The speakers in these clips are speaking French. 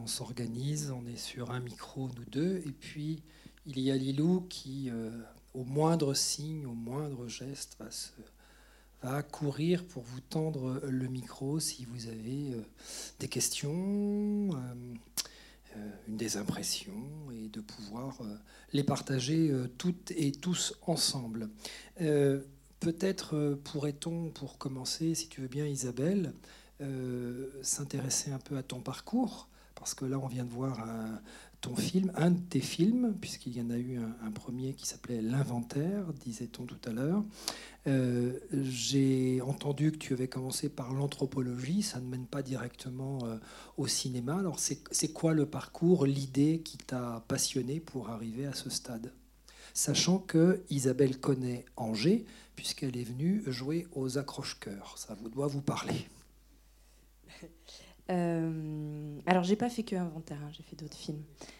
on s'organise, on est sur un micro, nous deux, et puis il y a Lilou qui, au moindre signe, au moindre geste, va courir pour vous tendre le micro si vous avez des questions, des impressions, et de pouvoir les partager toutes et tous ensemble. Peut-être pourrait-on, pour commencer, si tu veux bien Isabelle, s'intéresser un peu à ton parcours, parce que là on vient de voir ton film, un de tes films, puisqu'il y en a eu un premier qui s'appelait L'Inventaire, disait-on tout à l'heure. J'ai entendu que tu avais commencé par l'anthropologie, ça ne mène pas directement au cinéma. Alors c'est quoi le parcours, l'idée qui t'a passionné pour arriver à ce stade? Sachant que Isabelle connaît Angers, puisqu'elle est venue jouer aux Accroche-Cœurs. Ça vous doit vous parler. Alors, j'ai pas fait que Inventaire, hein, j'ai fait d'autres films.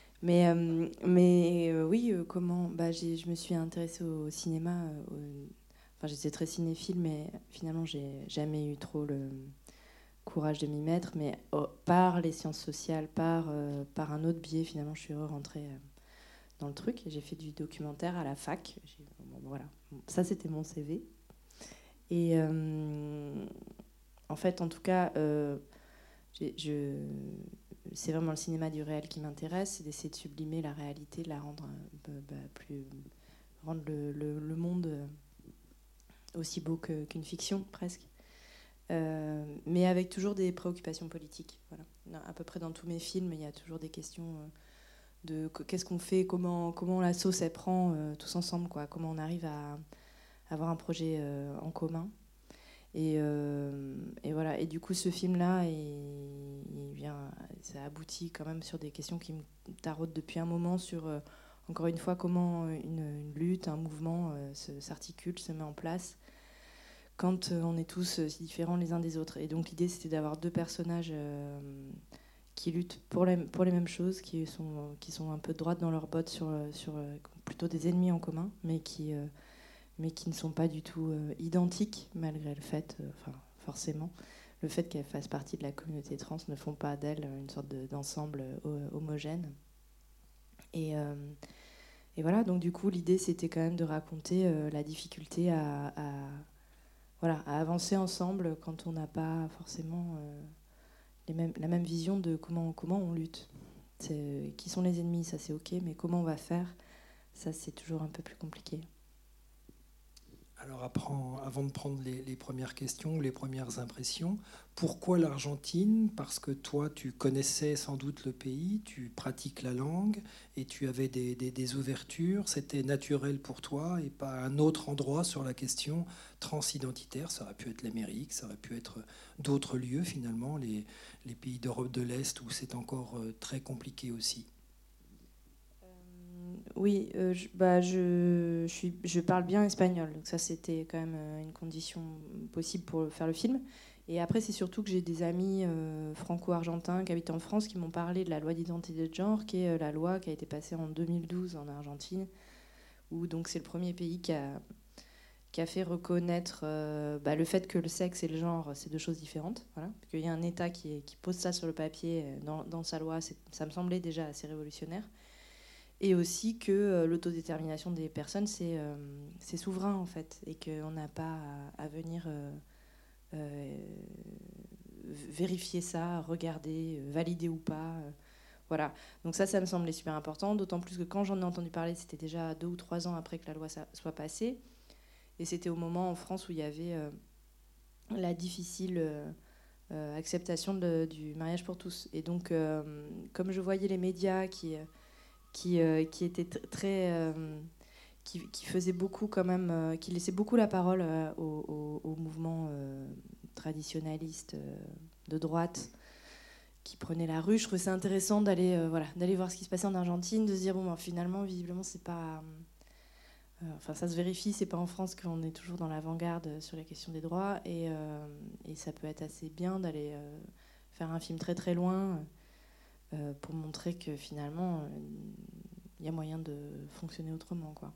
Oui, comment je me suis intéressée au cinéma. Enfin, j'étais très cinéphile, mais finalement, j'ai jamais eu trop le courage de m'y mettre. Mais par les sciences sociales, par un autre biais, finalement, je suis rentrée dans le truc. J'ai fait du documentaire à la fac. Voilà, ça, c'était mon CV. Et en fait, en tout cas, c'est vraiment le cinéma du réel qui m'intéresse, c'est d'essayer de sublimer la réalité, de la rendre plus, rendre le monde aussi beau qu'une fiction presque, mais avec toujours des préoccupations politiques. Voilà. À peu près dans tous mes films, il y a toujours des questions de qu'est-ce qu'on fait, comment la sauce elle prend tous ensemble, quoi. Comment on arrive à avoir un projet en commun. Et voilà. Et du coup, ce film-là, ça aboutit quand même sur des questions qui me taraudent depuis un moment sur, encore une fois, comment une lutte, un mouvement s'articule, se met en place quand on est tous si différents les uns des autres. Et donc l'idée, c'était d'avoir deux personnages qui luttent pour les mêmes choses, qui sont un peu droites dans leurs bottes sur plutôt des ennemis en commun, mais qui ne sont pas du tout identiques, malgré le fait, forcément, le fait qu'elles fassent partie de la communauté trans ne font pas d'elles une sorte d'ensemble homogène. Et voilà, donc du coup, l'idée, c'était quand même de raconter la difficulté voilà, à avancer ensemble quand on n'a pas forcément la même vision de comment on lutte. Qui sont les ennemis, ça c'est ok, mais comment on va faire, ça c'est toujours un peu plus compliqué. Alors avant de prendre les premières questions, les premières impressions, pourquoi l'Argentine? Parce que toi, tu connaissais sans doute le pays, tu pratiques la langue et tu avais des ouvertures. C'était naturel pour toi et pas un autre endroit sur la question transidentitaire. Ça aurait pu être l'Amérique, ça aurait pu être d'autres lieux finalement, les pays d'Europe de l'Est où c'est encore très compliqué aussi. Oui, je parle bien espagnol, donc ça c'était quand même une condition possible pour faire le film. Et après, c'est surtout que j'ai des amis franco-argentins qui habitent en France qui m'ont parlé de la loi d'identité de genre, qui est la loi qui a été passée en 2012 en Argentine, où donc c'est le premier pays qui a fait reconnaître le fait que le sexe et le genre, c'est deux choses différentes. Voilà. Parce qu'il y a un État qui pose ça sur le papier dans sa loi, ça me semblait déjà assez révolutionnaire. Et aussi que l'autodétermination des personnes, c'est souverain, en fait, et qu'on n'a pas à venir vérifier ça, regarder, valider ou pas. Voilà. Donc ça me semblait super important, d'autant plus que quand j'en ai entendu parler, c'était déjà 2 ou 3 ans après que la loi soit passée. Et c'était au moment en France où il y avait la difficile acceptation du mariage pour tous. Et donc, comme je voyais les médias qui était très qui faisait beaucoup quand même, qui laissait beaucoup la parole au mouvement traditionnaliste de droite qui prenait la rue. Je trouvais ça intéressant d'aller voir ce qui se passait en Argentine, de se dire finalement visiblement c'est pas ça se vérifie, c'est pas en France qu'on est toujours dans l'avant-garde sur la question des droits et ça peut être assez bien d'aller faire un film très très loin pour montrer que finalement il y a moyen de fonctionner autrement, quoi.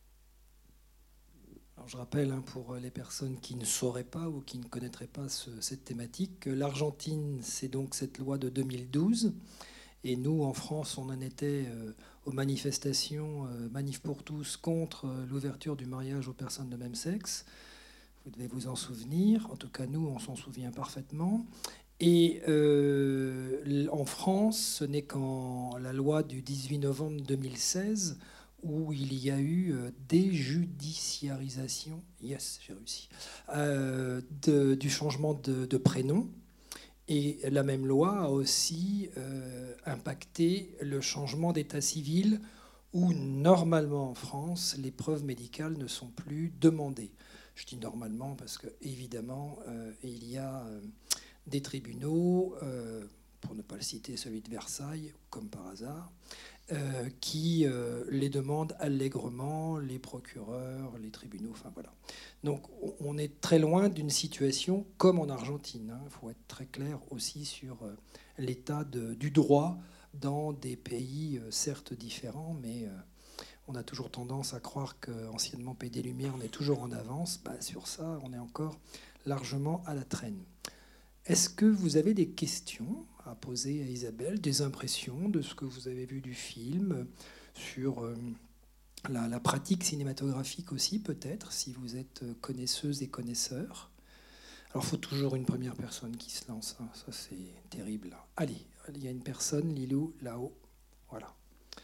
Alors je rappelle pour les personnes qui ne sauraient pas ou qui ne connaîtraient pas cette thématique que l'Argentine, c'est donc cette loi de 2012 Et nous, en France, on en était aux manifestations, Manif pour tous, contre l'ouverture du mariage aux personnes de même sexe. Vous devez vous en souvenir. En tout cas, nous, on s'en souvient parfaitement. Et en France, ce n'est qu'en la loi du 18 novembre 2016 où il y a eu déjudiciarisation, yes, j'ai réussi, du changement de prénom. Et la même loi a aussi impacté le changement d'état civil où normalement en France, les preuves médicales ne sont plus demandées. Je dis normalement parce que évidemment, il y a des tribunaux, pour ne pas le citer, celui de Versailles, comme par hasard, qui les demandent allègrement, les procureurs, les tribunaux, enfin voilà. Donc on est très loin d'une situation comme en Argentine. Il faut être très clair aussi sur l'état du droit dans des pays certes différents, mais on a toujours tendance à croire qu'anciennement Pays des Lumières, on est toujours en avance. Bah, sur ça, on est encore largement à la traîne. Est-ce que vous avez des questions à poser à Isabelle, des impressions de ce que vous avez vu du film, sur la pratique cinématographique aussi peut-être, si vous êtes connaisseuse et connaisseur? Alors il faut toujours une première personne qui se lance, hein. Ça c'est terrible. Allez, il y a une personne, Lilou, là-haut, voilà.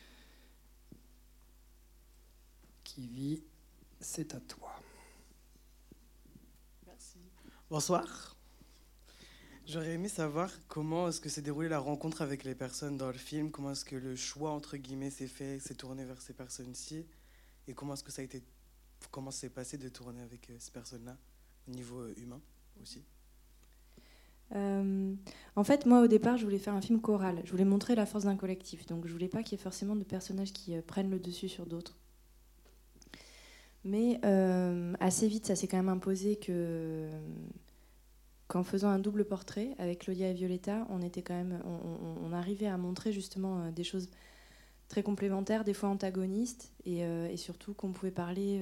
Qui vit, c'est à toi. Merci. Bonsoir. J'aurais aimé savoir comment est-ce que s'est déroulée la rencontre avec les personnes dans le film, comment est-ce que le choix, entre guillemets, s'est tourné vers ces personnes-ci, et comment est-ce que ça a été, comment s'est passé de tourner avec ces personnes-là, au niveau humain aussi. En fait, moi, au départ, je voulais faire un film choral. Je voulais montrer la force d'un collectif. Donc, je voulais pas qu'il y ait forcément de personnages qui prennent le dessus sur d'autres. Mais assez vite, ça s'est quand même imposé qu'en faisant un double portrait avec Claudia et Violetta, on arrivait à montrer justement des choses très complémentaires, des fois antagonistes, et surtout qu'on pouvait parler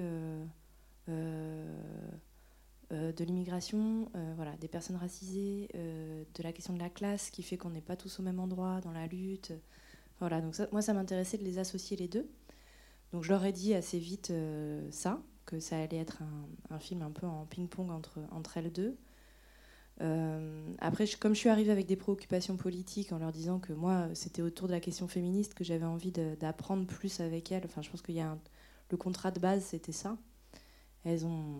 de l'immigration, voilà, des personnes racisées, de la question de la classe qui fait qu'on n'est pas tous au même endroit dans la lutte. Voilà, donc moi, ça m'intéressait de les associer les deux. Donc je leur ai dit assez vite que ça allait être un film un peu en ping-pong entre elles deux. Après, comme je suis arrivée avec des préoccupations politiques en leur disant que moi, c'était autour de la question féministe que j'avais envie d'apprendre plus avec elles. Enfin, je pense qu'il y a le contrat de base, c'était ça. Elles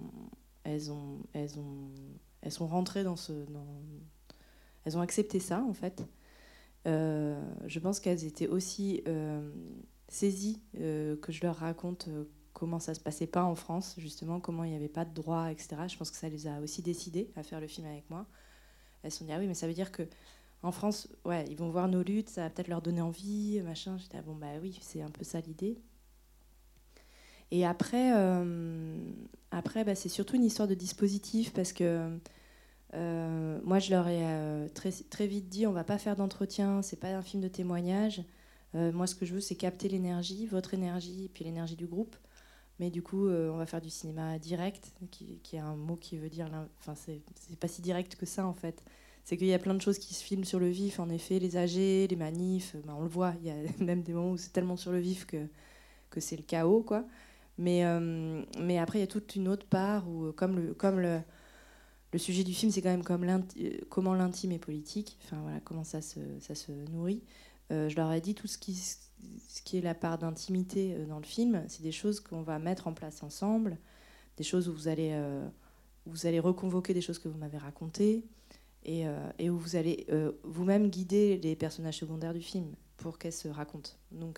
sont rentrées elles ont accepté ça, en fait. Je pense qu'elles étaient aussi saisies que je leur raconte comment ça se passait pas en France, justement, comment il n'y avait pas de droit, etc. Je pense que ça les a aussi décidées à faire le film avec moi. Elles se sont dit, ah oui, mais ça veut dire que en France, ouais, ils vont voir nos luttes, ça va peut-être leur donner envie, machin. J'étais, ah bon, bah oui, c'est un peu ça l'idée. Et après, bah, c'est surtout une histoire de dispositif parce que moi, je leur ai très, très vite dit, on va pas faire d'entretien, c'est pas un film de témoignage. Moi, ce que je veux, c'est capter l'énergie, votre énergie, et puis l'énergie du groupe. Mais du coup, on va faire du cinéma direct, qui est un mot qui veut dire... Enfin, c'est pas si direct que ça, en fait. C'est qu'il y a plein de choses qui se filment sur le vif. En effet, les AG, les manifs, ben, on le voit. Il y a même des moments où c'est tellement sur le vif que c'est le chaos, quoi. Mais après, il y a toute une autre part où, comme le sujet du film, c'est quand même comment l'intime est politique. Enfin, voilà, comment ça se nourrit. Je leur ai dit tout ce qui est la part d'intimité dans le film, c'est des choses qu'on va mettre en place ensemble, des choses où vous allez reconvoquer des choses que vous m'avez racontées et où vous allez vous-même guider les personnages secondaires du film pour qu'elles se racontent.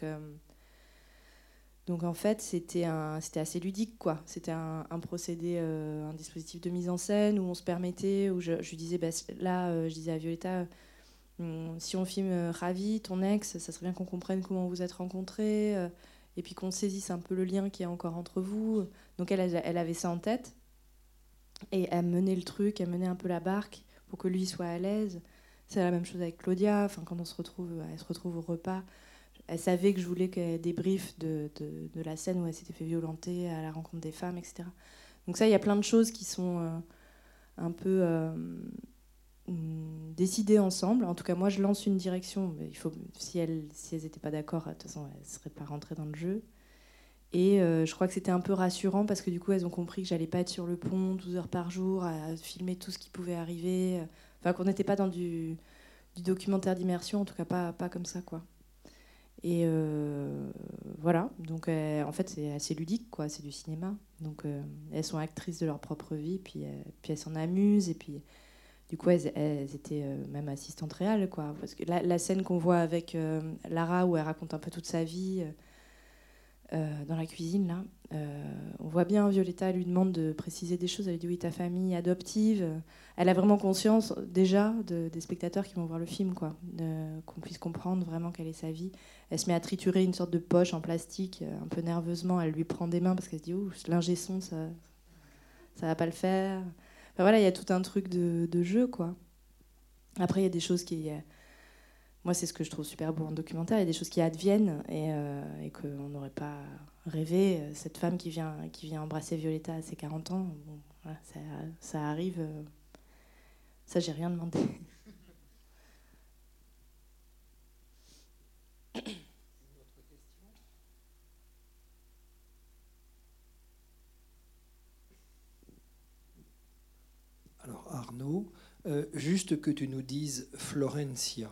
Donc en fait, c'était assez ludique, quoi. C'était un procédé, un dispositif de mise en scène où on se permettait, où je lui disais, bah, là, je disais à Violetta, si on filme Ravi, ton ex, ça serait bien qu'on comprenne comment vous êtes rencontrés, et puis qu'on saisisse un peu le lien qu'il y a encore entre vous. Donc elle avait ça en tête, et elle menait le truc, elle menait un peu la barque pour que lui soit à l'aise. C'est la même chose avec Claudia, enfin, quand elle se retrouve au repas. Elle savait que je voulais qu'elle débriefe de la scène où elle s'était fait violenter à la rencontre des femmes, etc. Donc ça, il y a plein de choses qui sont un peu... décider ensemble. En tout cas, moi, je lance une direction. Mais si elles n'étaient pas d'accord, de toute façon, elles ne seraient pas rentrées dans le jeu. Et je crois que c'était un peu rassurant parce que du coup, elles ont compris que j'allais pas être sur le pont 12 heures par jour à filmer tout ce qui pouvait arriver. Enfin, qu'on n'était pas dans du documentaire d'immersion, en tout cas pas comme ça, quoi. Et voilà. Donc, en fait, c'est assez ludique, quoi. C'est du cinéma. Donc, elles sont actrices de leur propre vie, puis elles s'en amusent. Et puis, du coup, elles étaient même assistantes réelles, quoi. Parce que la scène qu'on voit avec Lara, où elle raconte un peu toute sa vie. Dans la cuisine, là. On voit bien, Violetta lui demande de préciser des choses. Elle lui dit oui, ta famille adoptive. Elle a vraiment conscience déjà des spectateurs qui vont voir le film, quoi, qu'on puisse comprendre vraiment quelle est sa vie. Elle se met à triturer une sorte de poche en plastique, un peu nerveusement. Elle lui prend des mains parce qu'elle se dit oh, l'ingé son, ça va pas le faire. Enfin, voilà, il y a tout un truc de jeu, quoi. Après, il y a des choses qui... Moi, c'est ce que je trouve super beau en documentaire. Il y a des choses qui adviennent et qu'on n'aurait pas rêvé. Cette femme qui vient embrasser Violetta à ses 40 ans, bon, voilà, ça arrive. Ça, j'ai rien demandé. Alors Arnaud, juste que tu nous dises Florencia,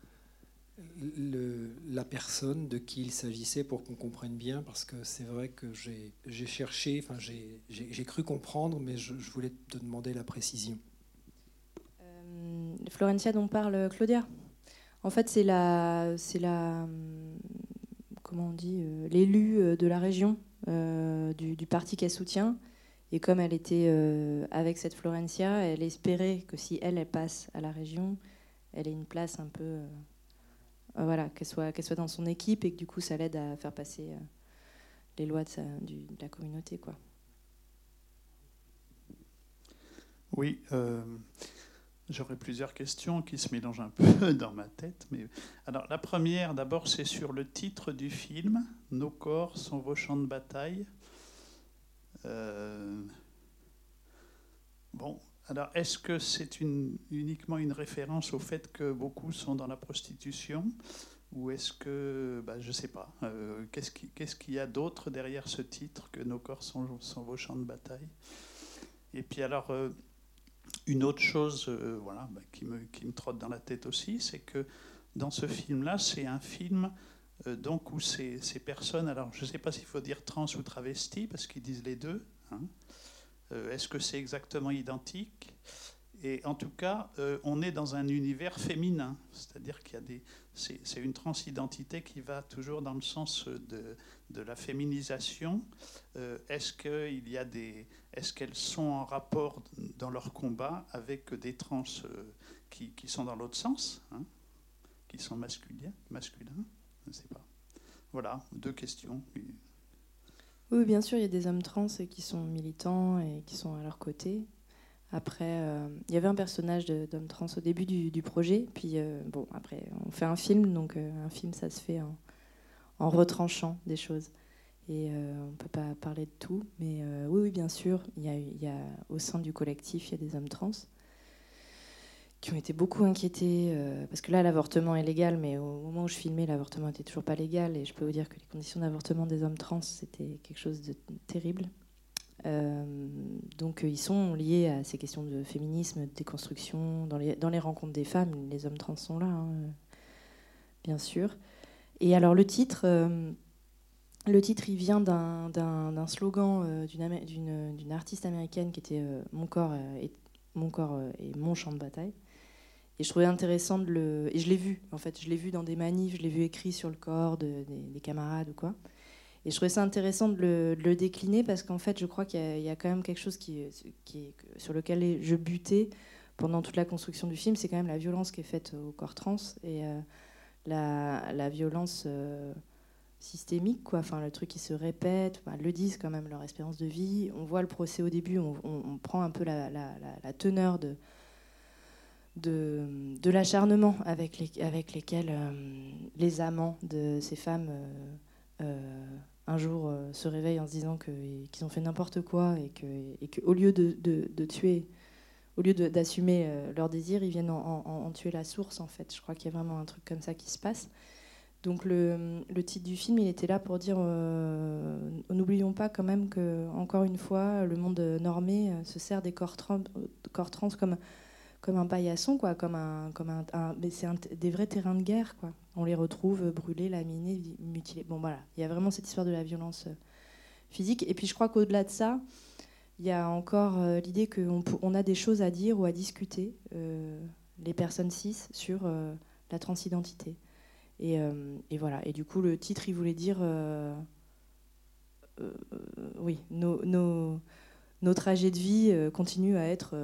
la personne de qui il s'agissait pour qu'on comprenne bien, parce que c'est vrai que j'ai cherché, enfin j'ai cru comprendre, mais je voulais te demander la précision. Florencia dont parle Claudia. En fait, c'est la comment on dit, l'élu de la région du parti qu'elle soutient. Et comme elle était avec cette Florencia, elle espérait que si elle passe à la région, elle ait une place un peu, voilà, qu'elle soit dans son équipe et que du coup ça l'aide à faire passer les lois de la communauté, quoi. Oui, j'aurais plusieurs questions qui se mélangent un peu dans ma tête. Mais... Alors, la première, d'abord, c'est sur le titre du film, « Nos corps sont vos champs de bataille ». Bon, alors, est-ce que c'est uniquement une référence au fait que beaucoup sont dans la prostitution ? Ou est-ce que, je ne sais pas, qu'est-ce qu'il y a d'autre derrière ce titre que « Nos corps sont vos champs de bataille » ? Et puis alors... Une autre chose qui me trotte dans la tête aussi, c'est que dans ce film-là, c'est un film donc où ces personnes, alors je ne sais pas s'il faut dire trans ou travesti, parce qu'ils disent les deux. Hein. Est-ce que c'est exactement identique ? Et en tout cas, on est dans un univers féminin, c'est-à-dire qu'il y a c'est une transidentité qui va toujours dans le sens de la féminisation. Est-ce qu'elles sont en rapport dans leur combat avec des trans qui sont dans l'autre sens, hein, qui sont masculins, je ne sais pas. Voilà, 2 questions. Oui, bien sûr, il y a des hommes trans qui sont militants et qui sont à leur côté. Après, il y avait un personnage d'homme trans au début du projet. Puis, après, on fait un film. Donc, un film, ça se fait en retranchant des choses. Et on ne peut pas parler de tout. Mais oui, bien sûr, il y a, au sein du collectif, il y a des hommes trans qui ont été beaucoup inquiétés. Parce que là, l'avortement est légal. Mais au moment où je filmais, l'avortement n'était toujours pas légal. Et je peux vous dire que les conditions d'avortement des hommes trans, c'était quelque chose de terrible. Donc ils sont liés à ces questions de féminisme, de déconstruction. Dans les rencontres des femmes, les hommes trans sont là, hein, bien sûr. Et alors le titre, il vient d'un slogan d'une artiste américaine qui était mon corps est mon champ de bataille. Et je trouvais intéressant et je l'ai vu, en fait, je l'ai vu dans des manifs, je l'ai vu écrit sur le corps des camarades ou quoi. Et je trouvais ça intéressant de le décliner parce qu'en fait, je crois qu'il y a quand même quelque chose sur lequel je butais pendant toute la construction du film. C'est quand même la violence qui est faite au corps trans et la violence systémique, quoi. Enfin, le truc qui se répète. Enfin, le disent quand même, leur espérance de vie. On voit le procès au début, on prend un peu la teneur de l'acharnement avec lesquels les amants de ces femmes... un jour se réveillent en se disant qu'ils ont fait n'importe quoi et qu'au lieu de tuer, au lieu d'assumer leur désir, ils viennent en tuer la source, en fait. Je crois qu'il y a vraiment un truc comme ça qui se passe. Donc le titre du film, il était là pour dire n'oublions pas quand même que, encore une fois, le monde normé se sert des corps trans comme un paillasson, quoi, mais c'est des vrais terrains de guerre, quoi. On les retrouve brûlés, laminés, mutilés. Bon, voilà, il y a vraiment cette histoire de la violence physique. Et puis je crois qu'au-delà de ça, il y a encore l'idée qu'on a des choses à dire ou à discuter, les personnes cis, sur la transidentité. Et voilà. Et du coup, le titre, il voulait dire oui, nos trajets de vie continuent à être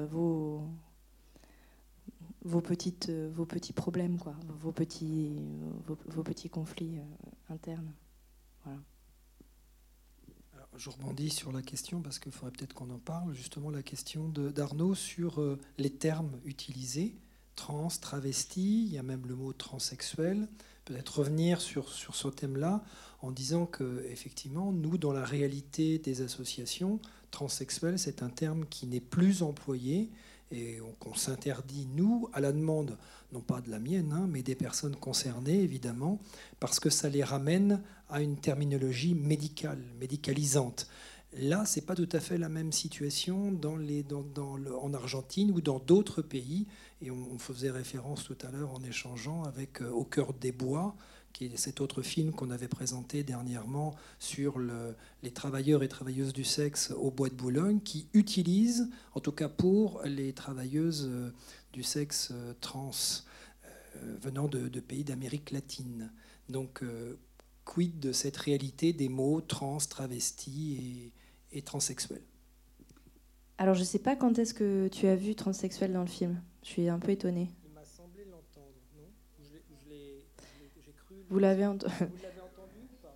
vos petits problèmes, quoi, vos petits conflits internes. Voilà. Alors, je rebondis sur la question parce qu'il faudrait peut-être qu'on en parle, justement la question d'Arnaud sur les termes utilisés, trans, travesti, il y a même le mot transsexuel. Peut-être revenir sur ce thème-là en disant que effectivement, nous, dans la réalité des associations, transsexuel, c'est un terme qui n'est plus employé et qu'on s'interdit, nous, à la demande, non pas de la mienne, hein, mais des personnes concernées, évidemment, parce que ça les ramène à une terminologie médicale, médicalisante. Là, ce n'est pas tout à fait la même situation en Argentine ou dans d'autres pays. Et on faisait référence tout à l'heure en échangeant avec Au cœur des bois, qui est cet autre film qu'on avait présenté dernièrement sur les travailleurs et travailleuses du sexe au Bois de Boulogne, qui utilisent, en tout cas pour les travailleuses du sexe trans venant de pays d'Amérique latine. Donc, quid de cette réalité des mots trans, travesti et transsexuel? Alors, je ne sais pas quand est-ce que tu as vu transsexuel dans le film. Je suis un peu étonnée. Il m'a semblé l'entendre, non? J'ai cru... Vous l'avez entendu? Vous l'avez entendu ou pas?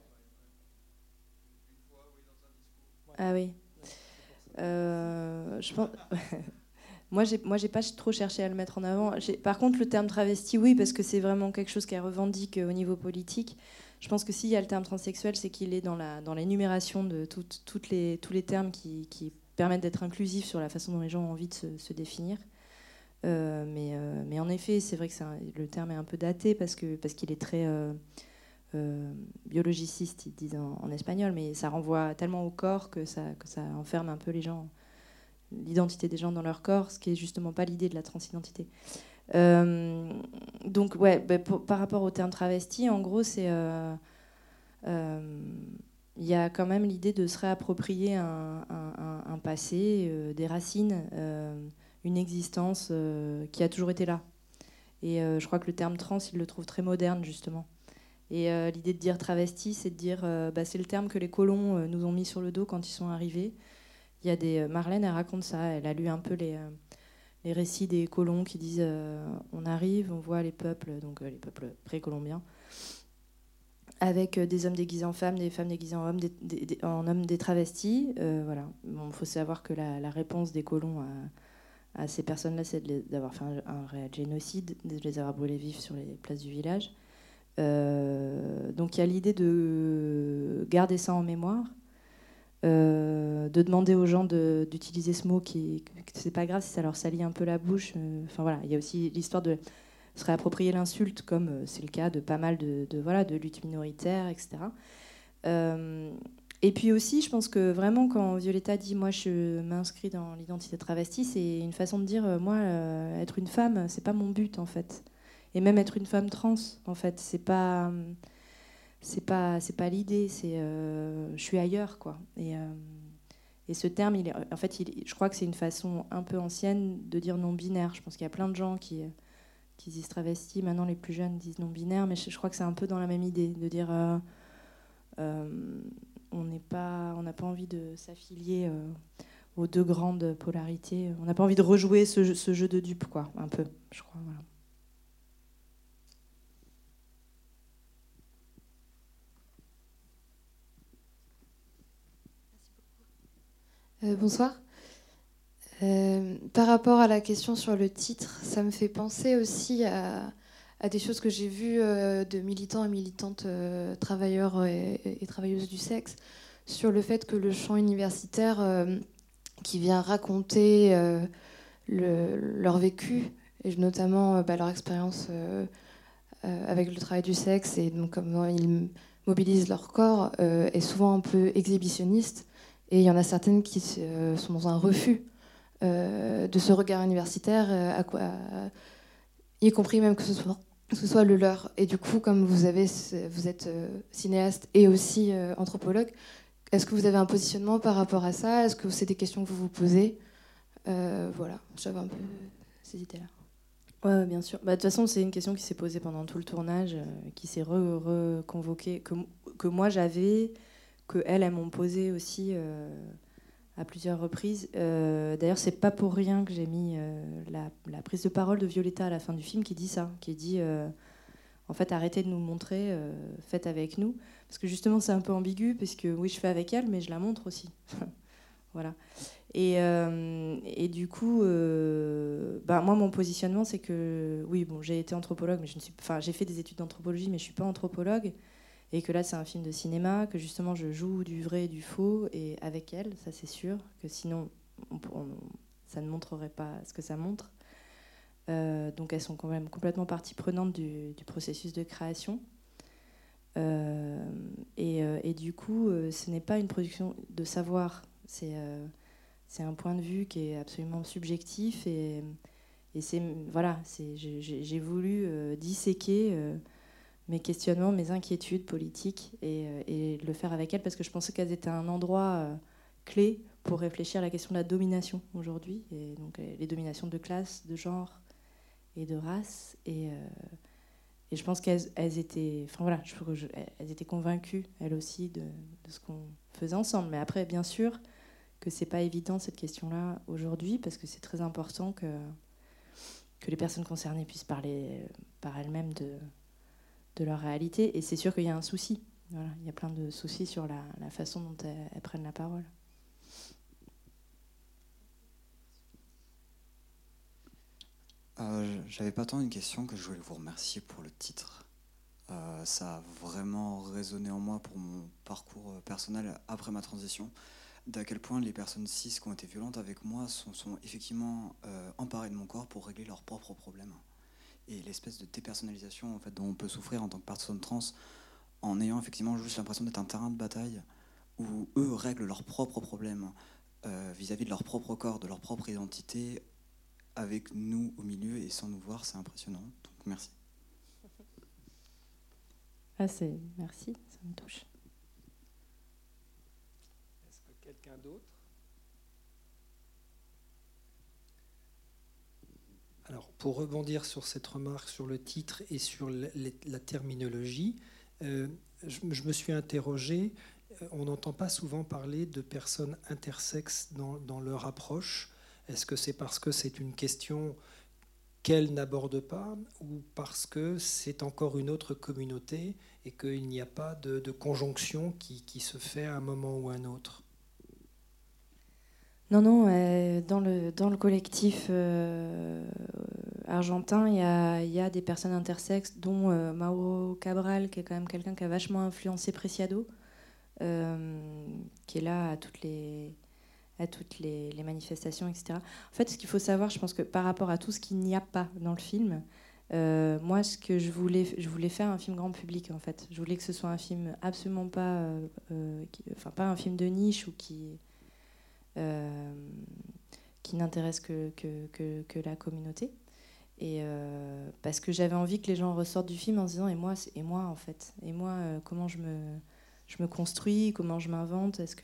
Ah oui. Je pense... Moi, j'ai pas trop cherché à le mettre en avant. Par contre, le terme travesti, oui, parce que c'est vraiment quelque chose qui revendique au niveau politique. Je pense que s'il y a le terme transsexuel, c'est qu'il est dans l'énumération de tous les termes qui permettent d'être inclusifs sur la façon dont les gens ont envie de se définir. Mais en effet, c'est vrai que le terme est un peu daté parce qu'il est très biologiciste, ils disent en espagnol, mais ça renvoie tellement au corps que ça enferme un peu les gens, l'identité des gens dans leur corps, ce qui est justement pas l'idée de la transidentité. Donc ouais, par rapport au terme travesti, en gros, c'est il y a quand même l'idée de se réapproprier un passé, des racines, une existence qui a toujours été là. Et je crois que le terme trans, il le trouve très moderne, justement. Et l'idée de dire travesti, c'est de dire c'est le terme que les colons nous ont mis sur le dos quand ils sont arrivés. Il y a Marlène, elle raconte ça, elle a lu un peu les récits des colons qui disent on arrive, on voit les peuples, donc les peuples précolombiens, avec des hommes déguisés en femmes, des femmes déguisées en hommes, en hommes, des travestis. Voilà. Bon, faut savoir que la réponse des colons à ces personnes-là, c'est d'avoir fait un réel génocide, de les avoir brûlés vifs sur les places du village. Donc il y a l'idée de garder ça en mémoire, de demander aux gens d'utiliser ce mot que c'est pas grave si ça leur salit un peu la bouche. Enfin voilà, il y a aussi l'histoire de se réapproprier l'insulte, comme c'est le cas de pas mal de luttes minoritaires, etc. Et puis aussi, je pense que vraiment, quand Violetta dit « moi, je m'inscris dans l'identité travestie », c'est une façon de dire « moi, être une femme, c'est pas mon but, en fait ». Et même être une femme trans, en fait, c'est pas l'idée, c'est je suis ailleurs, quoi. Et ce terme, je crois que c'est une façon un peu ancienne de dire non-binaire. Je pense qu'il y a plein de gens qui disent travesti. Maintenant, les plus jeunes disent non-binaire, mais je crois que c'est un peu dans la même idée, de dire on n'a pas envie de s'affilier aux deux grandes polarités. On n'a pas envie de rejouer ce jeu de dupes, quoi, un peu, je crois. Voilà. Bonsoir. Par rapport à la question sur le titre, ça me fait penser aussi à des choses que j'ai vues de militants et militantes travailleurs et travailleuses du sexe sur le fait que le champ universitaire qui vient raconter leur vécu, et notamment leur expérience avec le travail du sexe, et donc comment ils mobilisent leur corps, est souvent un peu exhibitionniste. Et il y en a certaines qui sont dans un refus de ce regard universitaire, y compris même que ce soit le leur. Et du coup, comme vous êtes cinéaste et aussi anthropologue, est-ce que vous avez un positionnement par rapport à ça? Est-ce que c'est des questions que vous vous posez? Voilà, j'avais un peu ces idées-là. Ouais, bien sûr. De toute façon, c'est une question qui s'est posée pendant tout le tournage, qui s'est reconvoquée, que moi j'avais, qu'elles m'ont posée aussi à plusieurs reprises. D'ailleurs, c'est pas pour rien que j'ai mis la prise de parole de Violetta à la fin du film qui dit ça, qui dit en fait, arrêtez de nous montrer, faites avec nous. Parce que justement, c'est un peu ambigu, parce que oui, je fais avec elle, mais je la montre aussi. Voilà. Et du coup, moi, mon positionnement, c'est que, oui, bon, j'ai été anthropologue, mais j'ai fait des études d'anthropologie, mais je ne suis pas anthropologue. Et que là, c'est un film de cinéma, que justement, je joue du vrai et du faux, et avec elle, ça c'est sûr, que sinon, ça ne montrerait pas ce que ça montre. Donc elles sont quand même complètement partie prenante du processus de création. Et du coup, ce n'est pas une production de savoir, c'est un point de vue qui est absolument subjectif. Et j'ai voulu disséquer mes questionnements, mes inquiétudes politiques et le faire avec elles parce que je pensais qu'elles étaient un endroit clé pour réfléchir à la question de la domination aujourd'hui, et donc les dominations de classe, de genre et de race. Et je pense qu'elles étaient, elles étaient convaincues, elles aussi, de ce qu'on faisait ensemble. Mais après, bien sûr, que c'est pas évident cette question-là aujourd'hui, parce que c'est très important que les personnes concernées puissent parler par elles-mêmes de leur réalité. Et c'est sûr qu'il y a un souci. Voilà, il y a plein de soucis sur la façon dont elles prennent la parole. J'avais pas tant une question que je voulais vous remercier pour le titre. Ça a vraiment résonné en moi pour mon parcours personnel après ma transition, d'à quel point les personnes cis qui ont été violentes avec moi sont effectivement emparées de mon corps pour régler leurs propres problèmes. Et l'espèce de dépersonnalisation en fait, dont on peut souffrir en tant que personne trans en ayant effectivement juste l'impression d'être un terrain de bataille où eux règlent leurs propres problèmes vis-à-vis de leur propre corps, de leur propre identité, avec nous au milieu et sans nous voir, c'est impressionnant. Donc merci. Merci, ça me touche. Est-ce que quelqu'un d'autre? Alors, pour rebondir sur cette remarque sur le titre et sur la terminologie, je me suis interrogé. On n'entend pas souvent parler de personnes intersexes dans leur approche. Est-ce que c'est parce que c'est une question qu'elle n'aborde pas, ou parce que c'est encore une autre communauté et qu'il n'y a pas de conjonction qui se fait à un moment ou à un autre? Non, dans le collectif argentin, il y a des personnes intersexes, dont Mauro Cabral, qui est quand même quelqu'un qui a vachement influencé Preciado, qui est là à toutes les manifestations, etc. En fait, ce qu'il faut savoir, je pense que par rapport à tout ce qu'il n'y a pas dans le film, moi, ce que je voulais faire un film grand public, en fait. Je voulais que ce soit un film absolument pas... pas un film de niche ou qui n'intéresse que la communauté. Et parce que j'avais envie que les gens ressortent du film en se disant et moi en fait, et moi comment je me construis, comment je m'invente, est-ce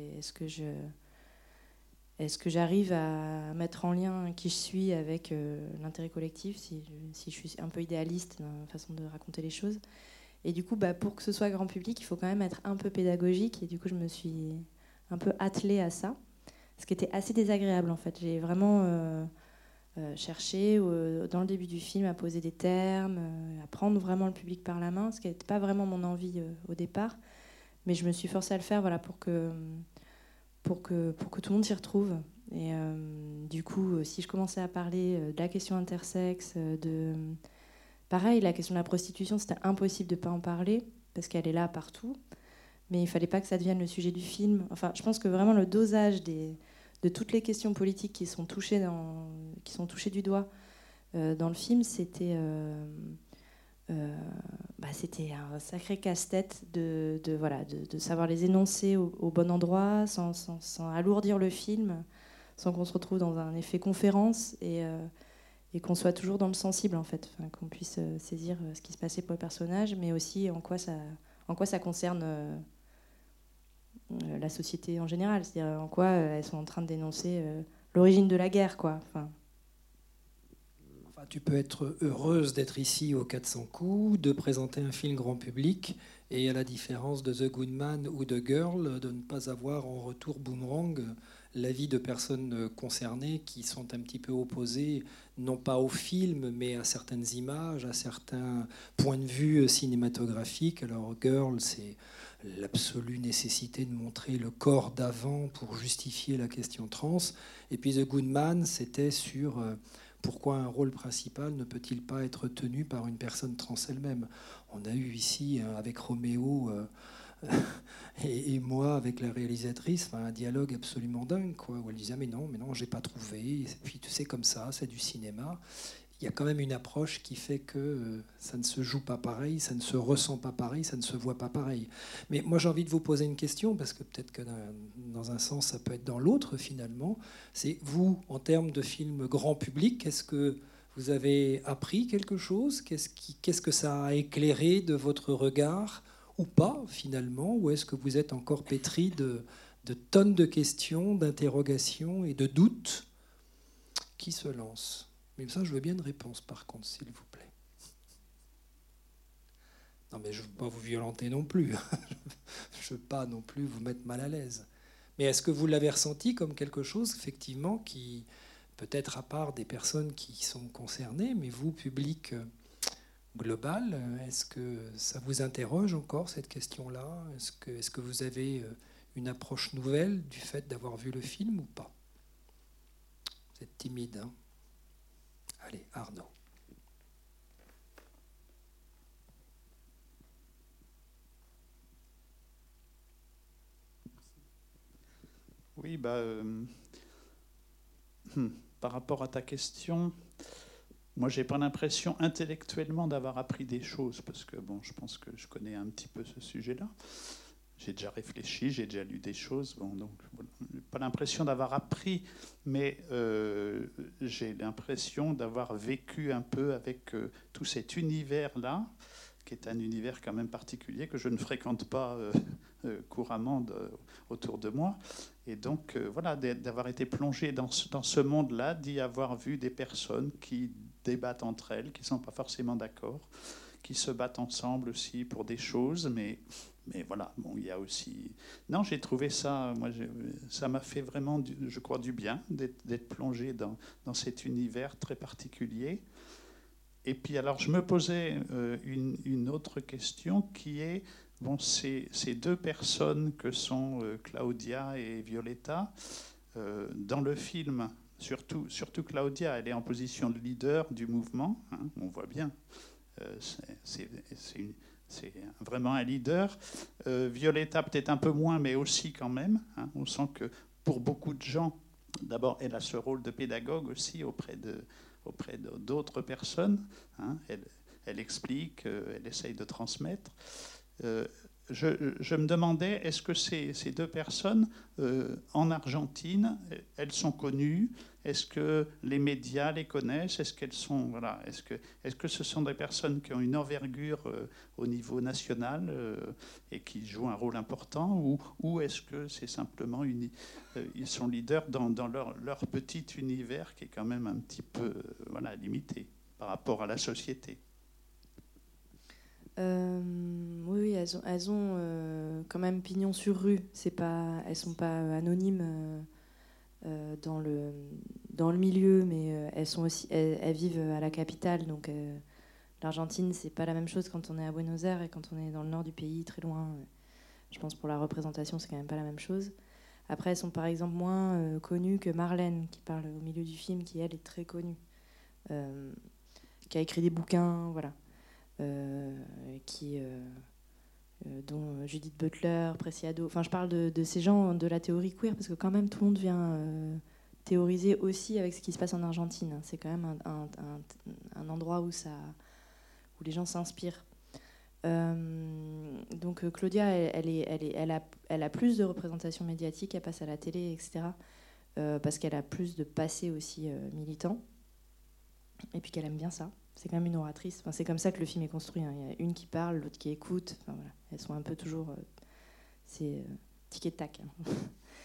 que j'arrive à mettre en lien qui je suis avec l'intérêt collectif, si je suis un peu idéaliste dans la façon de raconter les choses. Et du coup, pour que ce soit grand public, il faut quand même être un peu pédagogique. Et du coup, je me suis un peu attelée à ça, ce qui était assez désagréable en fait. J'ai vraiment cherché dans le début du film à poser des termes, à prendre vraiment le public par la main, ce qui n'était pas vraiment mon envie au départ. Mais je me suis forcée à le faire pour que tout le monde s'y retrouve. Et du coup, si je commençais à parler de la question intersexe, pareil, la question de la prostitution, c'était impossible de ne pas en parler, parce qu'elle est là partout. Mais il ne fallait pas que ça devienne le sujet du film. Enfin, je pense que vraiment le dosage de de toutes les questions politiques qui sont touchées du doigt dans le film, c'était un sacré casse-tête de savoir les énoncer au bon endroit, sans alourdir le film, sans qu'on se retrouve dans un effet conférence et qu'on soit toujours dans le sensible, en fait, enfin, qu'on puisse saisir ce qui se passait pour le personnage, mais aussi en quoi ça concerne la société en général, c'est-à-dire en quoi elles sont en train de dénoncer l'origine de la guerre, quoi. Enfin, tu peux être heureuse d'être ici au 400 coups, de présenter un film grand public, et à la différence de The Good Man ou de Girl, de ne pas avoir en retour boomerang l'avis de personnes concernées qui sont un petit peu opposées, non pas au film, mais à certaines images, à certains points de vue cinématographiques. Alors Girl, c'est l'absolue nécessité de montrer le corps d'avant pour justifier la question trans. Et puis The Good Man, c'était sur pourquoi un rôle principal ne peut-il pas être tenu par une personne trans elle-même. On a eu ici, avec Roméo et moi, avec la réalisatrice, un dialogue absolument dingue, quoi, où elle disait mais non, j'ai pas trouvé. Et puis tu sais, comme ça, c'est du cinéma. Il y a quand même une approche qui fait que ça ne se joue pas pareil, ça ne se ressent pas pareil, ça ne se voit pas pareil. Mais moi, j'ai envie de vous poser une question, parce que peut-être que dans un sens, ça peut être dans l'autre, finalement. C'est vous, en termes de film grand public, est-ce que vous avez appris quelque chose ? Qu'est-ce que ça a éclairé de votre regard ou pas, finalement ? Ou est-ce que vous êtes encore pétri de tonnes de questions, d'interrogations et de doutes ? Qui se lance ? Mais ça, je veux bien une réponse, par contre, s'il vous plaît. Non, mais je ne veux pas vous violenter non plus. Je ne veux pas non plus vous mettre mal à l'aise. Mais est-ce que vous l'avez ressenti comme quelque chose, effectivement, qui, peut-être à part des personnes qui sont concernées, mais vous, public global, est-ce que ça vous interroge encore, cette question-là ? Est-ce que vous avez une approche nouvelle du fait d'avoir vu le film ou pas ? Vous êtes timide, hein ? Allez, Arnaud. Oui, par rapport à ta question, moi, j'ai pas l'impression intellectuellement d'avoir appris des choses, parce que bon, je pense que je connais un petit peu ce sujet-là. J'ai déjà réfléchi, j'ai déjà lu des choses, bon, donc pas l'impression d'avoir appris, mais j'ai l'impression d'avoir vécu un peu avec tout cet univers-là, qui est un univers quand même particulier que je ne fréquente pas couramment autour de moi. Et donc, voilà, d'avoir été plongé dans ce monde-là, d'y avoir vu des personnes qui débattent entre elles, qui ne sont pas forcément d'accord, qui se battent ensemble aussi pour des choses, mais voilà, bon, il y a aussi... Non, j'ai trouvé ça, moi, ça m'a fait vraiment, je crois, du bien d'être plongé dans cet univers très particulier. Et puis, alors, je me posais une autre question qui est, bon, ces deux personnes que sont Claudia et Violetta, dans le film, surtout Claudia, elle est en position de leader du mouvement, hein, on voit bien, c'est vraiment un leader. Violetta peut-être un peu moins, mais aussi quand même, hein, on sent que pour beaucoup de gens, d'abord, elle a ce rôle de pédagogue aussi auprès d'autres personnes. Hein. Elle explique, elle essaye de transmettre. Je me demandais, est-ce que ces deux personnes, en Argentine, elles sont connues ? Est-ce que les médias les connaissent ? Est-ce qu'elles sont, voilà, est-ce que ce sont des personnes qui ont une envergure au niveau national et qui jouent un rôle important ? Ou est-ce que c'est simplement ils sont leaders dans leur petit univers qui est quand même un petit peu voilà, limité par rapport à la société ? Oui, elles ont quand même pignon sur rue. Elles ne sont pas anonymes dans le milieu, mais elles vivent à la capitale. Donc l'Argentine, c'est pas la même chose quand on est à Buenos Aires et quand on est dans le nord du pays, très loin. Je pense pour la représentation, c'est quand même pas la même chose. Après, elles sont par exemple moins connues que Marlène, qui parle au milieu du film, qui elle est très connue, qui a écrit des bouquins, voilà. Qui dont Judith Butler, Preciado. Enfin, je parle de ces gens de la théorie queer, parce que quand même, tout le monde vient théoriser aussi avec ce qui se passe en Argentine. C'est quand même un endroit où les gens s'inspirent. Donc Claudia, elle a plus de représentation médiatique, elle passe à la télé, etc. Parce qu'elle a plus de passé aussi militant. Et puis qu'elle aime bien ça. C'est quand même une oratrice. Enfin, c'est comme ça que le film est construit, hein. Il y a une qui parle, l'autre qui écoute. Enfin, voilà. Elles sont un peu toujours... c'est tic et tac. Hein.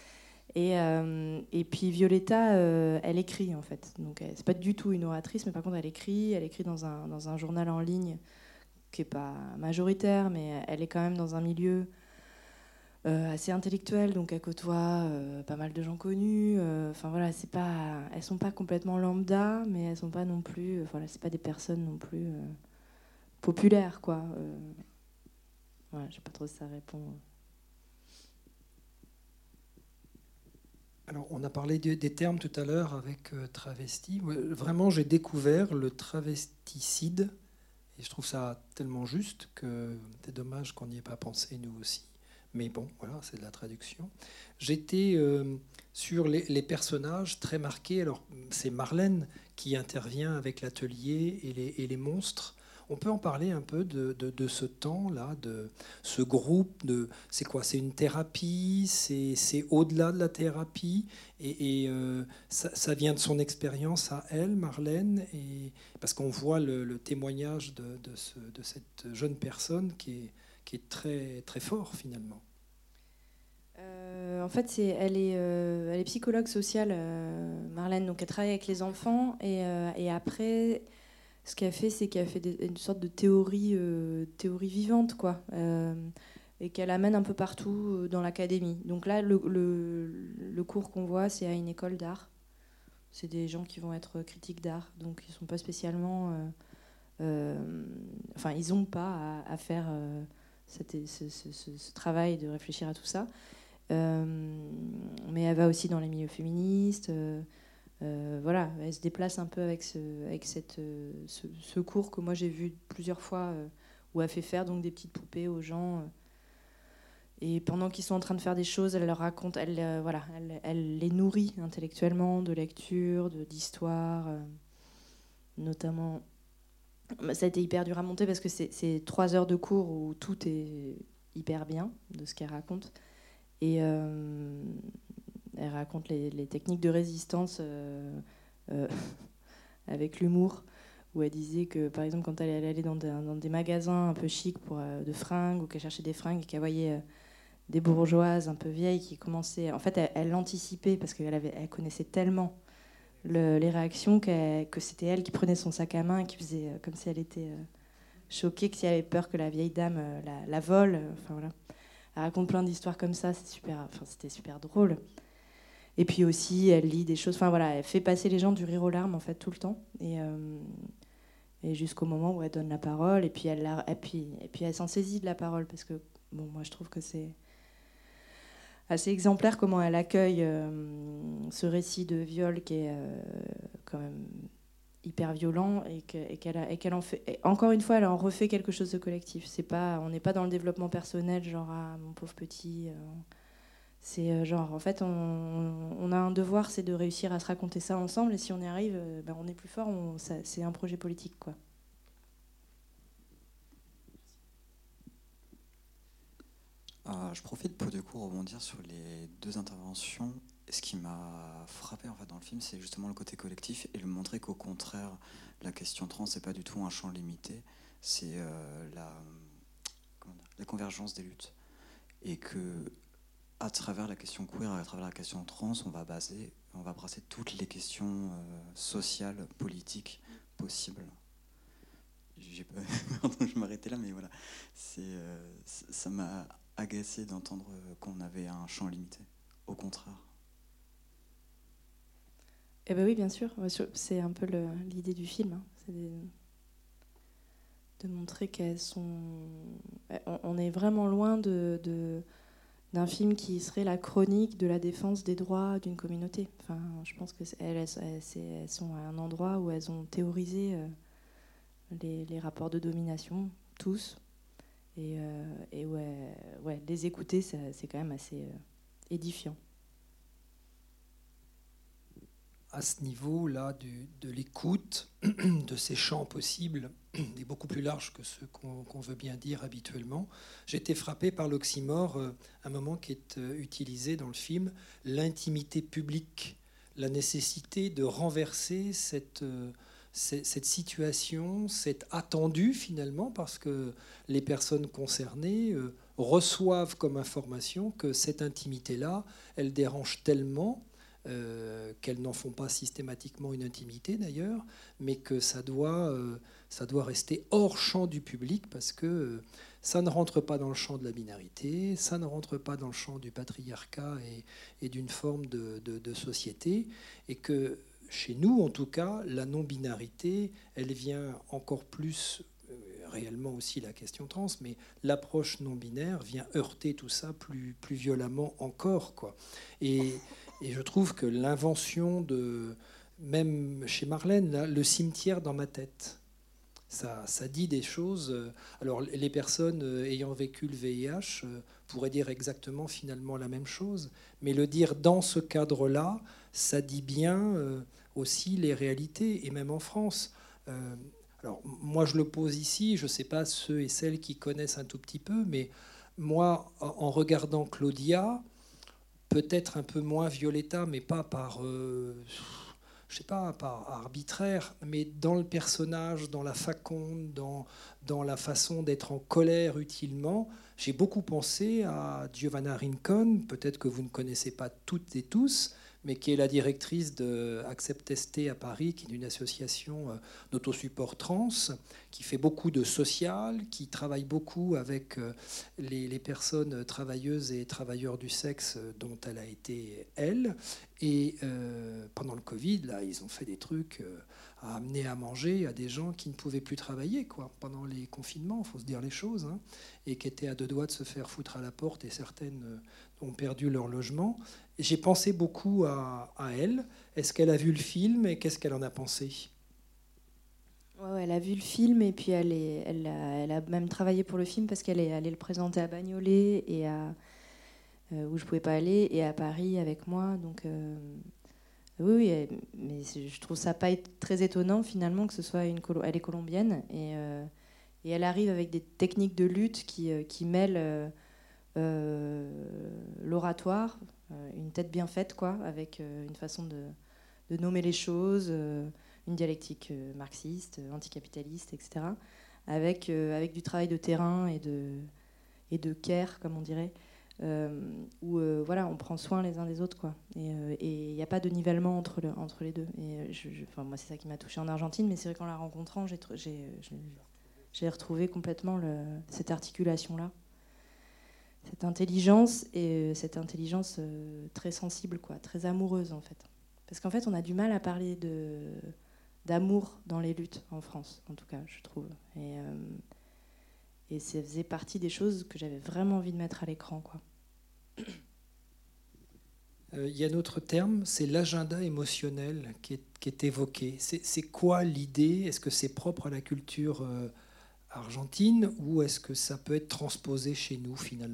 Et puis Violetta, elle écrit en fait. Donc c'est pas du tout une oratrice, mais par contre elle écrit dans un journal en ligne qui est pas majoritaire, mais elle est quand même dans un milieu assez intellectuel, donc elle côtoie pas mal de gens connus. Enfin voilà, elles sont pas complètement lambda, mais elles sont pas non plus. Voilà, c'est pas des personnes non plus populaires, quoi. Voilà, je sais pas trop si ça répond. Alors, on a parlé des termes tout à l'heure avec travesti. Vraiment, j'ai découvert le travesticide, et je trouve ça tellement juste que c'est dommage qu'on n'y ait pas pensé nous aussi. Mais bon, voilà, c'est de la traduction. J'étais sur les personnages très marqués. Alors, c'est Marlène qui intervient avec l'atelier et les monstres. On peut en parler un peu de ce temps-là, de ce groupe. C'est quoi? C'est une thérapie? C'est au-delà de la thérapie? Et ça vient de son expérience à elle, Marlène, parce qu'on voit le témoignage de cette jeune personne qui est très, très fort finalement. En fait, elle est psychologue sociale, Marlène. Donc, elle travaille avec les enfants. Et après, ce qu'elle fait, c'est qu'elle fait une sorte de théorie vivante, quoi. Et qu'elle amène un peu partout dans l'académie. Donc là, le cours qu'on voit, c'est à une école d'art. C'est des gens qui vont être critiques d'art. Donc, ils ne sont pas spécialement... enfin, ils n'ont pas à faire ce travail de réfléchir à tout ça. Mais elle va aussi dans les milieux féministes. Voilà, elle se déplace un peu avec ce cours que moi j'ai vu plusieurs fois, où elle fait faire donc des petites poupées aux gens. Et pendant qu'ils sont en train de faire des choses, elle leur raconte, elle les nourrit intellectuellement de lecture, d'histoire, notamment. Ça a été hyper dur à monter parce que c'est 3 heures de cours où tout est hyper bien de ce qu'elle raconte. Et elle raconte les techniques de résistance avec l'humour, où elle disait que, par exemple, quand elle allait dans des magasins un peu chics de fringues, ou qu'elle cherchait des fringues et qu'elle voyait des bourgeoises un peu vieilles qui commençaient... En fait, elle anticipait parce qu'elle connaissait tellement les réactions que c'était elle qui prenait son sac à main et qui faisait comme si elle était choquée, que si elle avait peur que la vieille dame la vole. Enfin, voilà. Elle raconte plein d'histoires comme ça, c'était super drôle. Et puis aussi, elle lit des choses. Enfin voilà, elle fait passer les gens du rire aux larmes en fait tout le temps. Et jusqu'au moment où elle donne la parole. Et puis elle s'en saisit de la parole parce que bon, moi je trouve que c'est assez exemplaire comment elle accueille ce récit de viol qui est quand même hyper violent et qu'elle en fait. Et encore une fois, elle en refait quelque chose de collectif. On n'est pas dans le développement personnel, genre ah mon pauvre petit. C'est genre en fait on a un devoir, c'est de réussir à se raconter ça ensemble. Et si on y arrive, on est plus fort. C'est un projet politique, quoi. Je profite pour du coup rebondir sur les 2 interventions. Ce qui m'a frappé en fait dans le film, c'est justement le côté collectif et le montrer qu'au contraire, la question trans c'est pas du tout un champ limité, c'est la convergence des luttes, et que à travers la question queer, à travers la question trans, on va brasser toutes les questions sociales, politiques possibles. Je m'arrêtais là, mais voilà, ça m'a agacé d'entendre qu'on avait un champ limité. Au contraire. Eh ben oui, bien sûr. C'est un peu l'idée du film. Hein. C'est de montrer qu'elles sont... On est vraiment loin d'un film qui serait la chronique de la défense des droits d'une communauté. Enfin, je pense qu'elles sont à un endroit où elles ont théorisé les rapports de domination, tous. Et ouais, les écouter, c'est quand même assez édifiant. À ce niveau-là de l'écoute, de ces champs possibles, est beaucoup plus large que ce qu'on veut bien dire habituellement. J'ai été frappé par l'oxymore, un moment qui est utilisé dans le film, l'intimité publique, la nécessité de renverser cette situation, cet attendu finalement, parce que les personnes concernées reçoivent comme information que cette intimité-là, elle dérange tellement qu'elles n'en font pas systématiquement une intimité d'ailleurs, mais que ça doit rester hors champ du public parce que ça ne rentre pas dans le champ de la binarité, ça ne rentre pas dans le champ du patriarcat et d'une forme de société, et que chez nous, en tout cas, la non-binarité, elle vient encore plus, réellement aussi la question trans, mais l'approche non-binaire vient heurter tout ça plus violemment encore, quoi. Et je trouve que l'invention même chez Marlène, là, le cimetière dans ma tête, ça dit des choses. Alors les personnes ayant vécu le VIH pourraient dire exactement finalement la même chose, mais le dire dans ce cadre-là, ça dit bien aussi les réalités, et même en France. Alors moi je le pose ici, je ne sais pas ceux et celles qui connaissent un tout petit peu, mais moi en regardant Claudia, peut-être un peu moins Violetta, mais pas par, je sais pas, par arbitraire, mais dans le personnage, dans la faconde, dans la façon d'être en colère utilement. J'ai beaucoup pensé à Giovanna Rincon, peut-être que vous ne connaissez pas toutes et tous, mais qui est la directrice de Accept ST à Paris, qui est une association d'autosupport trans, qui fait beaucoup de social, qui travaille beaucoup avec les personnes travailleuses et travailleurs du sexe dont elle a été elle. Et pendant le Covid, là, ils ont fait des trucs à amener à manger à des gens qui ne pouvaient plus travailler, quoi, pendant les confinements, il faut se dire les choses, hein, et qui étaient à deux doigts de se faire foutre à la porte, et certaines ont perdu leur logement. J'ai pensé beaucoup à elle. Est-ce qu'elle a vu le film et qu'est-ce qu'elle en a pensé ? Ouais, elle a vu le film et puis elle a même travaillé pour le film parce qu'elle est allée le présenter à Bagnolet et où je pouvais pas aller, et à Paris avec moi. Donc oui, mais je trouve ça pas très étonnant finalement que ce soit elle est colombienne et elle arrive avec des techniques de lutte qui mêlent l'oratoire, une tête bien faite, quoi, avec une façon de nommer les choses, une dialectique marxiste, anticapitaliste, etc., avec du travail de terrain et de care, comme on dirait, où voilà, on prend soin les uns des autres, quoi. Et il n'y a pas de nivellement entre les deux. Et enfin, moi, c'est ça qui m'a touchée en Argentine, mais c'est vrai qu'en la rencontrant, j'ai retrouvé complètement cette articulation-là. Cette intelligence, et cette intelligence très sensible, quoi, très amoureuse en fait. Parce qu'en fait, on a du mal à parler d'amour dans les luttes en France, en tout cas, je trouve. Et ça faisait partie des choses que j'avais vraiment envie de mettre à l'écran, quoi. Il y a un autre terme, c'est l'agenda émotionnel qui est évoqué. C'est quoi l'idée ? Est-ce que c'est propre à la culture argentine ou est-ce que ça peut être transposé chez nous finalement ?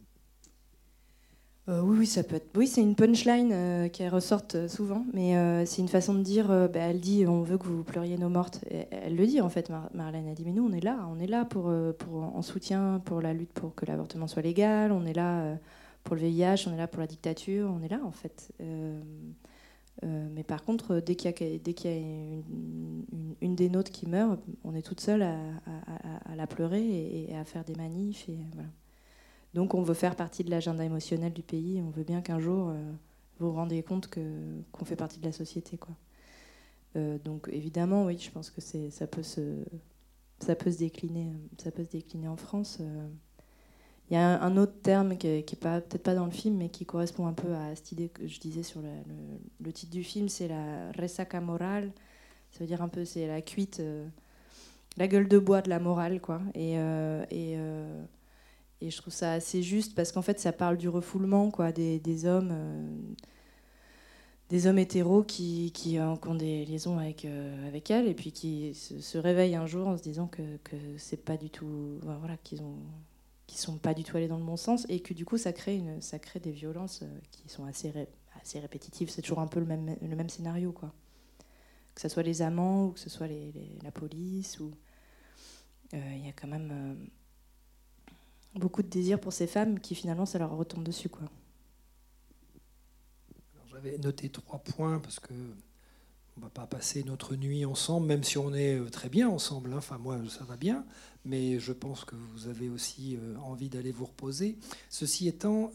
Oui, ça peut être. Oui, c'est une punchline qui ressorte souvent, mais c'est une façon de dire. Elle dit, on veut que vous pleuriez nos mortes. Et elle le dit en fait, Marlène a dit, mais nous, on est là pour en soutien pour la lutte pour que l'avortement soit légal. On est là pour le VIH, on est là pour la dictature. On est là en fait. Mais par contre, dès qu'il y a une des nôtres qui meurt, on est toute seule à la pleurer et à faire des manifs. Et voilà. Donc on veut faire partie de l'agenda émotionnel du pays. On veut bien qu'un jour, vous vous rendez compte qu'on fait partie de la société, quoi. Donc évidemment, oui, je pense que ça peut se décliner en France. Il y a un autre terme qui est peut-être pas dans le film, mais qui correspond un peu à cette idée que je disais sur le titre du film, c'est la resaca morale. Ça veut dire un peu, c'est la cuite, la gueule de bois de la morale, quoi. Et je trouve ça assez juste parce qu'en fait, ça parle du refoulement, quoi, des hommes des hommes hétéros qui ont des liaisons avec elle, et puis qui se réveillent un jour en se disant que c'est pas du tout, voilà, qu'ils sont pas du tout allés dans le bon sens, et que du coup ça crée des violences qui sont assez répétitives. C'est toujours un peu le même scénario, quoi. Que ce soit les amants ou que ce soit la police, ou il y a quand même beaucoup de désir pour ces femmes qui finalement ça leur retombe dessus, quoi. Alors, j'avais noté 3 points parce que on va pas passer notre nuit ensemble, même si on est très bien ensemble, hein. Enfin, moi, ça va bien, mais je pense que vous avez aussi envie d'aller vous reposer. Ceci étant,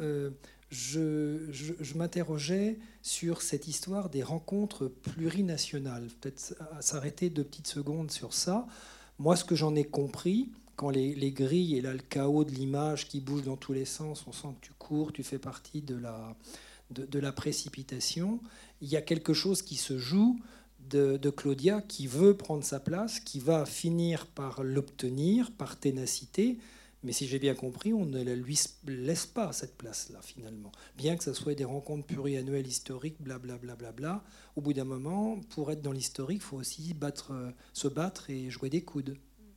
je m'interrogeais sur cette histoire des rencontres plurinationales. Peut-être s'arrêter 2 petites secondes sur ça. Moi, ce que j'en ai compris, quand les grilles et là, le chaos de l'image qui bouge dans tous les sens, on sent que tu cours, tu fais partie de la précipitation. Il y a quelque chose qui se joue de Claudia qui veut prendre sa place, qui va finir par l'obtenir par ténacité. Mais si j'ai bien compris, on ne la lui laisse pas cette place-là, finalement. Bien que ce soit des rencontres pluriannuelles historiques, blablabla, bla, bla, bla, au bout d'un moment, pour être dans l'historique, il faut aussi se battre et jouer des coudes.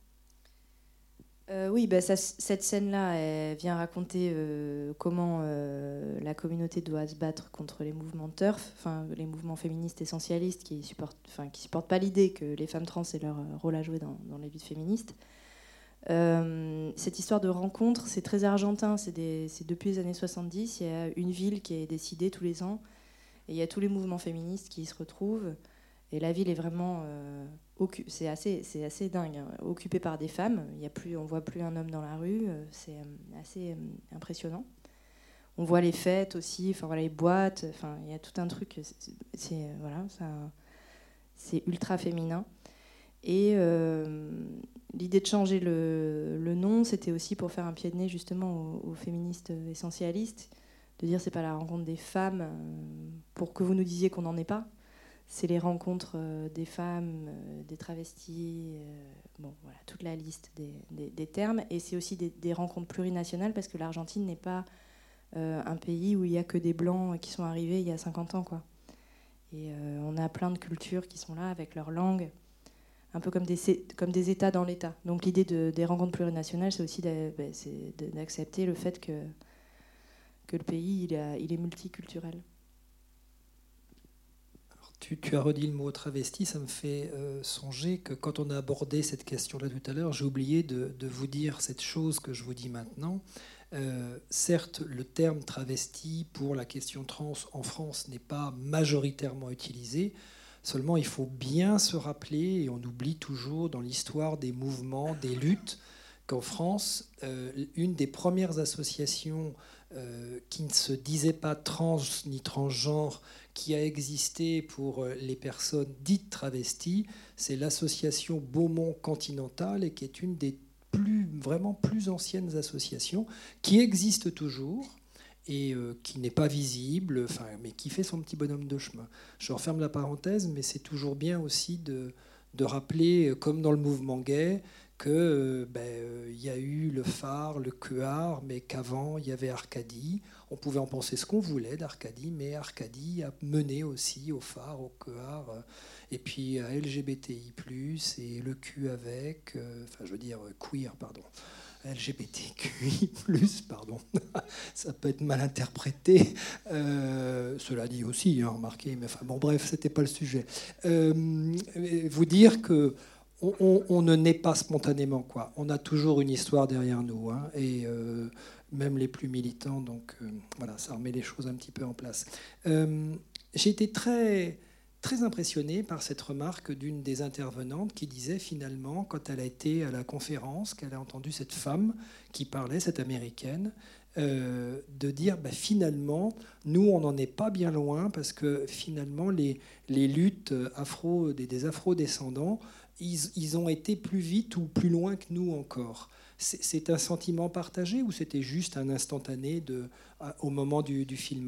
Oui, cette scène-là, elle vient raconter comment la communauté doit se battre contre les mouvements TERF, enfin les mouvements féministes essentialistes qui supportent pas l'idée que les femmes trans aient leur rôle à jouer dans les luttes féministes. Cette histoire de rencontre, c'est très argentin, c'est depuis les années 70, il y a une ville qui est décidée tous les ans, et il y a tous les mouvements féministes qui se retrouvent, et la ville est vraiment c'est assez dingue, hein, occupée par des femmes. On voit plus un homme dans la rue, c'est assez impressionnant. On voit les fêtes aussi, enfin voilà, les boîtes, enfin il y a tout un truc, c'est ultra féminin. Et l'idée de changer le nom, c'était aussi pour faire un pied de nez justement aux féministes essentialistes, de dire c'est pas la rencontre des femmes pour que vous nous disiez qu'on n'en est pas, c'est les rencontres des femmes, des travestis, voilà, toute la liste des termes, et c'est aussi des rencontres plurinationales parce que l'Argentine n'est pas un pays où il n'y a que des blancs qui sont arrivés il y a 50 ans, quoi. Et on a plein de cultures qui sont là avec leur langue, un peu comme des États dans l'État. Donc l'idée des rencontres plurinationales, c'est aussi d'accepter le fait que le pays, il est multiculturel. Alors, tu as redit le mot travesti, ça me fait songer que quand on a abordé cette question-là tout à l'heure, j'ai oublié de vous dire cette chose que je vous dis maintenant. Certes, le terme travesti pour la question trans en France n'est pas majoritairement utilisé. Seulement, il faut bien se rappeler, et on oublie toujours dans l'histoire des mouvements, des luttes, qu'en France, une des premières associations qui ne se disait pas trans ni transgenre, qui a existé pour les personnes dites travesties, c'est l'association Beaumont Continental, et qui est une des vraiment plus anciennes associations, qui existe toujours, et qui n'est pas visible, mais qui fait son petit bonhomme de chemin. Je referme la parenthèse, mais c'est toujours bien aussi de rappeler, comme dans le mouvement gay, qu'il y a eu le phare, le quear, mais qu'avant, il y avait Arcadie. On pouvait en penser ce qu'on voulait d'Arcadie, mais Arcadie a mené aussi au phare, au quear, et puis à LGBTI+, et le Q avec, queer, pardon. LGBTQI+, pardon, ça peut être mal interprété. Cela dit aussi, hein, remarquez, mais enfin bon, bref, c'était pas le sujet. Vous dire que on ne naît pas spontanément, quoi. On a toujours une histoire derrière nous, hein, et même les plus militants, donc voilà, ça remet les choses un petit peu en place. J'ai été très impressionné par cette remarque d'une des intervenantes qui disait finalement, quand elle a été à la conférence, qu'elle a entendu cette femme qui parlait, cette américaine, de dire finalement, nous, on n'en est pas bien loin parce que finalement, les luttes des afro-descendants, ils ont été plus vite ou plus loin que nous encore. C'est un sentiment partagé ou c'était juste un instantané au moment du filmage ?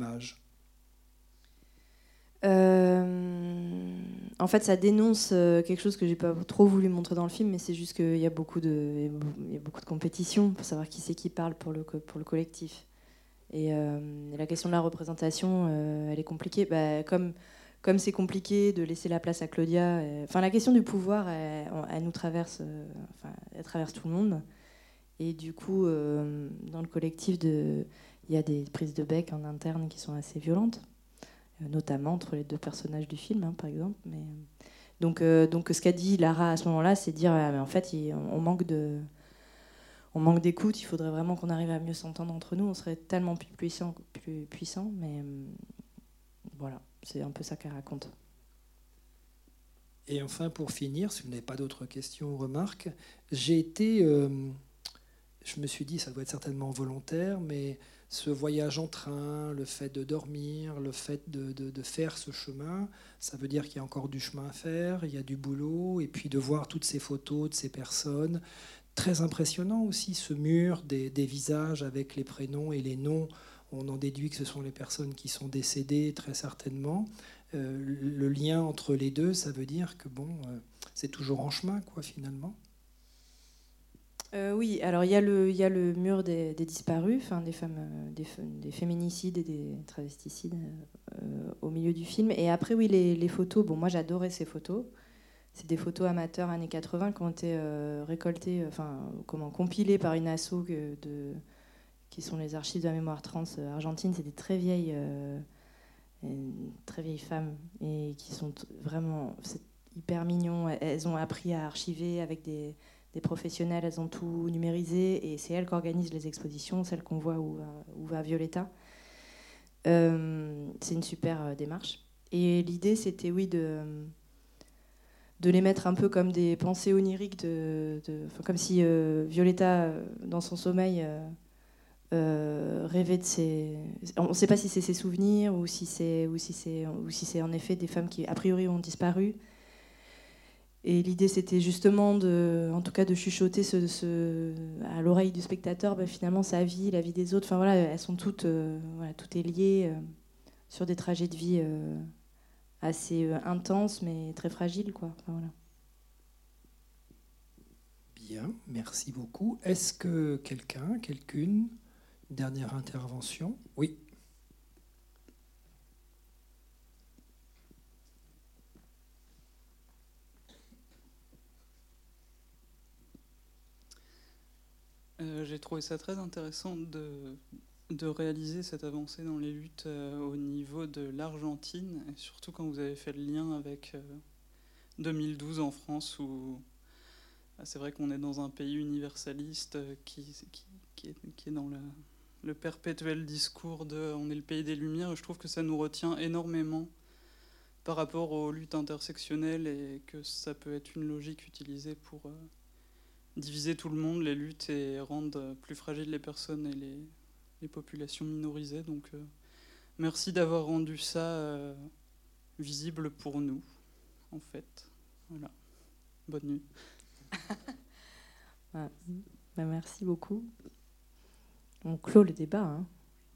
En fait, ça dénonce quelque chose que j'ai pas trop voulu montrer dans le film, mais c'est juste qu'il y a beaucoup de compétition pour savoir qui c'est qui parle pour le collectif. Et la question de la représentation, elle est compliquée. Comme comme c'est compliqué de laisser la place à Claudia, enfin la question du pouvoir, elle nous traverse, elle traverse tout le monde. Et du coup, dans le collectif, il y a des prises de bec en interne qui sont assez violentes, notamment entre les deux personnages du film, par exemple. Mais, donc ce qu'a dit Lara à ce moment-là, c'est de dire, mais en fait, on manque d'écoute, il faudrait vraiment qu'on arrive à mieux s'entendre entre nous, on serait tellement plus puissant, mais voilà, c'est un peu ça qu'elle raconte. Et enfin, pour finir, si vous n'avez pas d'autres questions ou remarques, j'ai été... je me suis dit, ça doit être certainement volontaire, mais ce voyage en train, le fait de dormir, le fait de faire ce chemin, ça veut dire qu'il y a encore du chemin à faire, il y a du boulot, et puis de voir toutes ces photos de ces personnes. Très impressionnant aussi, ce mur des visages avec les prénoms et les noms. On en déduit que ce sont les personnes qui sont décédées, très certainement. Le lien entre les deux, ça veut dire que bon, c'est toujours en chemin, quoi, finalement. Oui, alors il y a le mur des disparus, des femmes, des féminicides et des travesticides au milieu du film. Et après, oui, les photos. Bon, moi, j'adorais ces photos. C'est des photos amateurs années 80 qui ont été récoltées, compilées par une asso qui sont les archives de la mémoire trans argentine. C'est des très vieilles femmes et qui sont vraiment hyper mignons. Elles ont appris à archiver avec des professionnels, elles ont tout numérisé et c'est elles qui organisent les expositions, celles qu'on voit où va Violeta. C'est une super démarche. Et l'idée, c'était, oui, de les mettre un peu comme des pensées oniriques, comme si Violeta, dans son sommeil, rêvait de ses... On ne sait pas si c'est ses souvenirs ou si c'est en effet des femmes qui, a priori, ont disparu. Et l'idée, c'était justement en tout cas de chuchoter à l'oreille du spectateur, finalement, sa vie, la vie des autres. Enfin, voilà, elles sont toutes, tout est lié sur des trajets de vie assez intenses, mais très fragiles, quoi. Enfin, voilà. Bien, merci beaucoup. Est-ce que quelqu'une, dernière intervention? Oui. J'ai trouvé ça très intéressant de réaliser cette avancée dans les luttes au niveau de l'Argentine, et surtout quand vous avez fait le lien avec 2012 en France, où c'est vrai qu'on est dans un pays universaliste qui est dans le perpétuel discours de « on est le pays des Lumières », et je trouve que ça nous retient énormément par rapport aux luttes intersectionnelles et que ça peut être une logique utilisée pour... diviser tout le monde, les luttes, et rendre plus fragiles les personnes et les populations minorisées. Donc merci d'avoir rendu ça visible pour nous, en fait. Voilà. Bonne nuit. Merci beaucoup. On clôt le débat. Hein.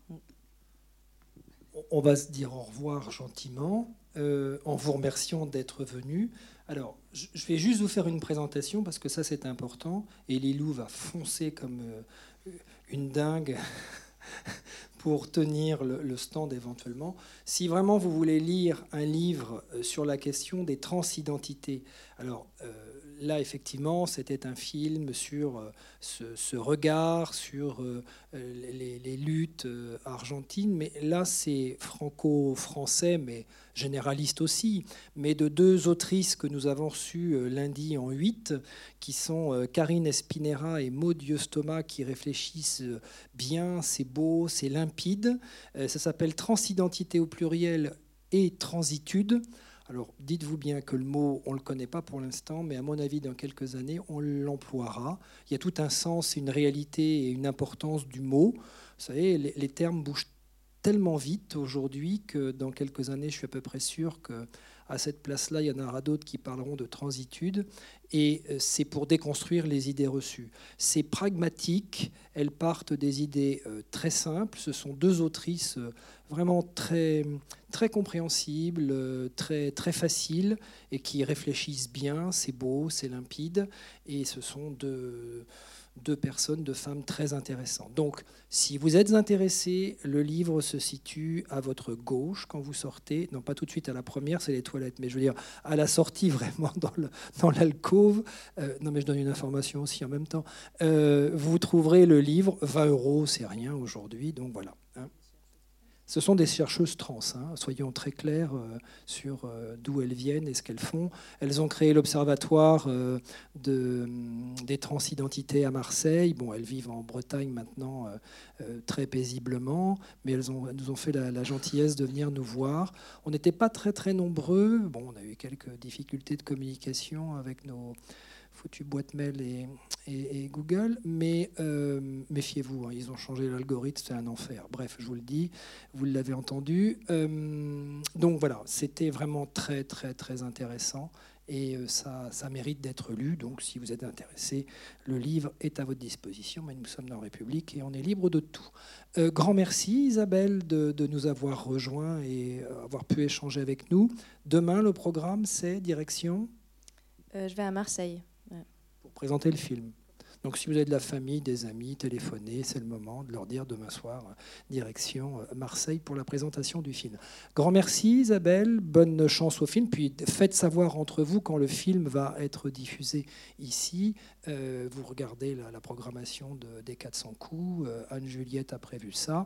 On va se dire au revoir gentiment, en vous remerciant d'être venu. Alors, je vais juste vous faire une présentation parce que ça, c'est important. Et Lilou va foncer comme une dingue pour tenir le stand éventuellement. Si vraiment vous voulez lire un livre sur la question des transidentités, alors là, effectivement, c'était un film sur ce regard sur les luttes argentines, mais là, c'est franco-français, mais généraliste aussi, mais de deux autrices que nous avons reçues lundi en 8, qui sont Karine Espinera et Maud Diostoma, qui réfléchissent bien, c'est beau, c'est limpide. Ça s'appelle Transidentité au pluriel et Transitude. Alors, dites-vous bien que le mot, on ne le connaît pas pour l'instant, mais à mon avis, dans quelques années, on l'emploiera. Il y a tout un sens, une réalité et une importance du mot. Vous savez, les termes bougent tellement vite aujourd'hui que dans quelques années, je suis à peu près sûr qu'à cette place-là, il y en aura d'autres qui parleront de transitude. Et c'est pour déconstruire les idées reçues. C'est pragmatique, elles partent des idées très simples. Ce sont deux autrices vraiment très, très compréhensibles, très, très faciles, et qui réfléchissent bien. C'est beau, c'est limpide. Et ce sont deux 2 personnes, 2 femmes très intéressantes. Donc, si vous êtes intéressé, le livre se situe à votre gauche quand vous sortez. Non, pas tout de suite à la première, c'est les toilettes, mais je veux dire à la sortie, vraiment dans l'alcôve. Non, mais je donne une information aussi en même temps. Vous trouverez le livre, 20 €, c'est rien aujourd'hui, donc voilà. Hein. Ce sont des chercheuses trans, hein, soyons très clairs sur d'où elles viennent et ce qu'elles font. Elles ont créé l'Observatoire des transidentités à Marseille. Bon, elles vivent en Bretagne maintenant très paisiblement, mais elles nous ont fait la gentillesse de venir nous voir. On n'était pas très très nombreux. Bon, on a eu quelques difficultés de communication avec nos foutues boîtes mail et Google, mais méfiez-vous, hein, ils ont changé l'algorithme, c'est un enfer. Bref, je vous le dis, vous l'avez entendu. Donc voilà, c'était vraiment très très très intéressant et ça mérite d'être lu. Donc si vous êtes intéressé, le livre est à votre disposition, mais nous sommes dans la République et on est libre de tout. Grand merci Isabelle de nous avoir rejoints et avoir pu échanger avec nous. Demain, le programme, c'est direction Je vais à Marseille. pour présenter le film. Donc si vous avez de la famille, des amis, téléphonez, c'est le moment de leur dire demain soir, direction Marseille pour la présentation du film. Grand merci Isabelle, bonne chance au film, puis faites savoir entre vous quand le film va être diffusé ici. Vous regardez la programmation des 400 coups, Anne-Juliette a prévu ça.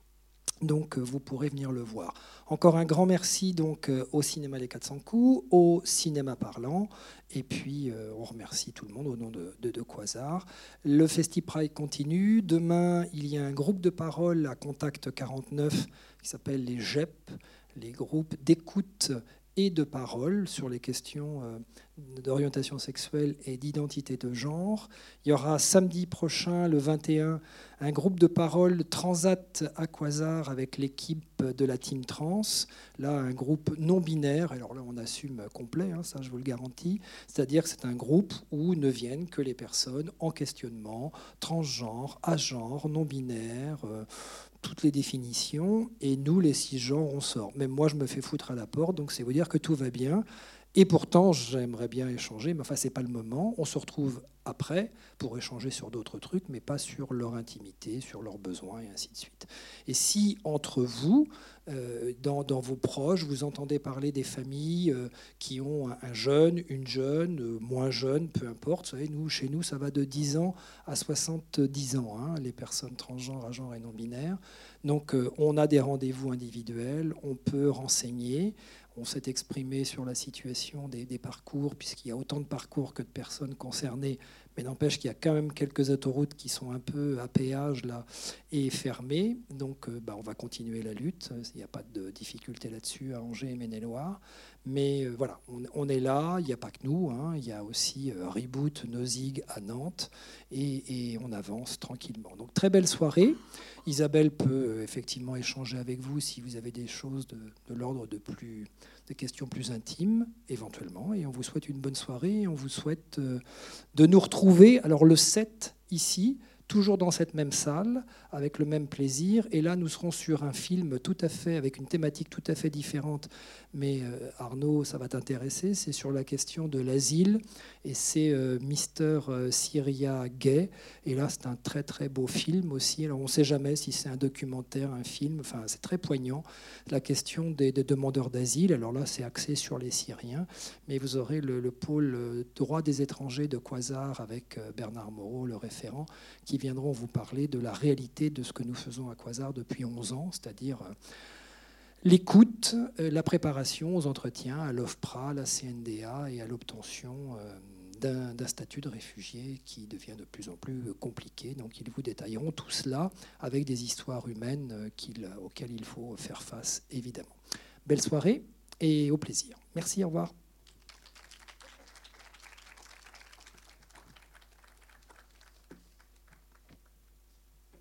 Donc vous pourrez venir le voir. Encore un grand merci donc au Cinéma Les 400 coups, au Cinéma Parlant, et puis on remercie tout le monde au nom de Quasar. Le FestiPride continue. Demain, il y a un groupe de parole à Contact 49 qui s'appelle les GEP, les groupes d'écoute et de parole sur les questions d'orientation sexuelle et d'identité de genre. Il y aura samedi prochain, le 21, un groupe de parole Transat à Quasar avec l'équipe de la Team Trans. Là, un groupe non binaire. Alors là, on assume complet, hein, ça je vous le garantis. C'est-à-dire que c'est un groupe où ne viennent que les personnes en questionnement, transgenres, agenres, non binaires, toutes les définitions, et nous, les cisgenres, on sort. Même moi, je me fais foutre à la porte, donc c'est vous dire que tout va bien. Et pourtant, j'aimerais bien échanger, mais enfin, c'est pas le moment. On se retrouve après pour échanger sur d'autres trucs, mais pas sur leur intimité, sur leurs besoins, et ainsi de suite. Et si, entre vous, dans vos proches, vous entendez parler des familles qui ont un jeune, une jeune, moins jeune, peu importe. Vous savez, chez nous, ça va de 10 ans à 70 ans, hein, les personnes transgenres, agenres et non-binaires. Donc, on a des rendez-vous individuels, on peut renseigner. On s'est exprimé sur la situation des parcours, puisqu'il y a autant de parcours que de personnes concernées, mais n'empêche qu'il y a quand même quelques autoroutes qui sont un peu à péage là et fermées. Donc on va continuer la lutte. Il n'y a pas de difficulté là-dessus à Angers et Maine-et-Loire. Mais voilà, on est là. Il n'y a pas que nous. Hein. Il y a aussi Reboot, Nozig à Nantes. Et on avance tranquillement. Donc très belle soirée. Isabelle peut effectivement échanger avec vous si vous avez des choses de l'ordre des questions plus intimes, éventuellement. Et on vous souhaite une bonne soirée. Et on vous souhaite de nous retrouver, alors le 7, ici, toujours dans cette même salle, avec le même plaisir. Et là, nous serons sur un film tout à fait, avec une thématique tout à fait différente. Mais Arnaud, ça va t'intéresser. C'est sur la question de l'asile. Et c'est Mister Syria Gay. Et là, c'est un très, très beau film aussi. Alors, on ne sait jamais si c'est un documentaire, un film. Enfin, c'est très poignant. La question des demandeurs d'asile. Alors là, c'est axé sur les Syriens. Mais vous aurez le pôle droit des étrangers de Quasar avec Bernard Moreau, le référent, qui viendront vous parler de la réalité de ce que nous faisons à Quasar depuis 11 ans, c'est-à-dire l'écoute, la préparation aux entretiens, à l'OFPRA, à la CNDA et à l'obtention d'un statut de réfugié qui devient de plus en plus compliqué. Donc ils vous détailleront tout cela avec des histoires humaines auxquelles il faut faire face, évidemment. Belle soirée et au plaisir. Merci, au revoir.